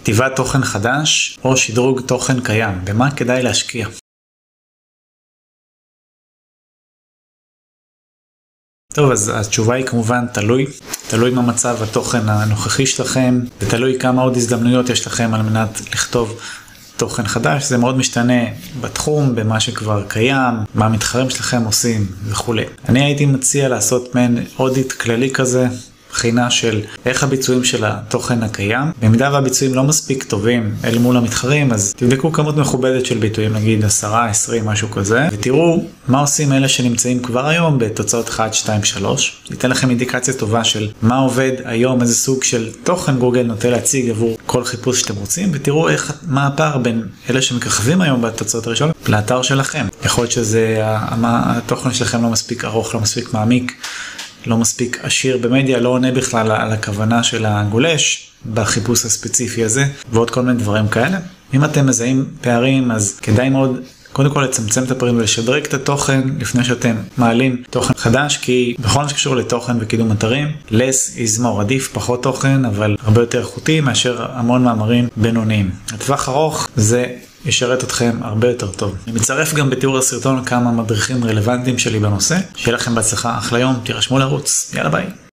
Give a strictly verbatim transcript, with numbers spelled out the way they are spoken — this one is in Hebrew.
כתיבת תוכן חדש או שדרוג תוכן קיים, במה כדאי להשקיע? טוב, אז התשובה היא כמובן תלוי, תלוי מה מצב התוכן הנוכחי שלכם, ותלוי כמה עוד הזדמנויות יש לכם על מנת לכתוב תוכן חדש. זה מאוד משתנה בתחום, במה שכבר קיים, מה המתחרים שלכם עושים וכו'. אני הייתי מציע לעשות מעין אודיט כללי כזה, בחינה של איך הביצועים של התוכן הקיים. במידה והביצועים לא מספיק טובים אל מול המתחרים, אז תבדקו כמות מכובדת של ביטויים, נגיד עשרה, עשרים, משהו כזה, ותראו מה עושים אלה שנמצאים כבר היום בתוצאות אחת, שתיים, שלוש. ניתן לכם אינדיקציה טובה של מה עובד היום, איזה סוג של תוכן גוגל נוטה להציג עבור כל חיפוש שאתם רוצים, ותראו איך, מה הפער בין אלה שמככבים היום בתוצאות הראשונות לאתר שלכם. יכול להיות שזה, התוכן שלכם לא מספיק ארוך, לא מספיק מעמיק, לא מספיק עשיר במדיה, לא עונה בכלל על הכוונה של הגולש בחיפוש הספציפי הזה, ועוד כל מיני דברים כאלה. אם אתם מזהים פערים, אז כדאי מאוד קודם כל לצמצם את הפערים ולשדרג את התוכן לפני שאתם מעלים תוכן חדש, כי בכל מה שקשור לתוכן וקידום אתרים, less is more, עדיף פחות תוכן, אבל הרבה יותר איכותי מאשר המון מאמרים בינוניים. לטווח ארוך זה ישרת אתכם הרבה יותר טוב. אני מצרף גם בתיאור הסרטון כמה מדריכים רלוונטיים שלי בנושא. שיהיה לכם בהצלחה, אחלה יום, תירשמו לערוץ. יאללה ביי.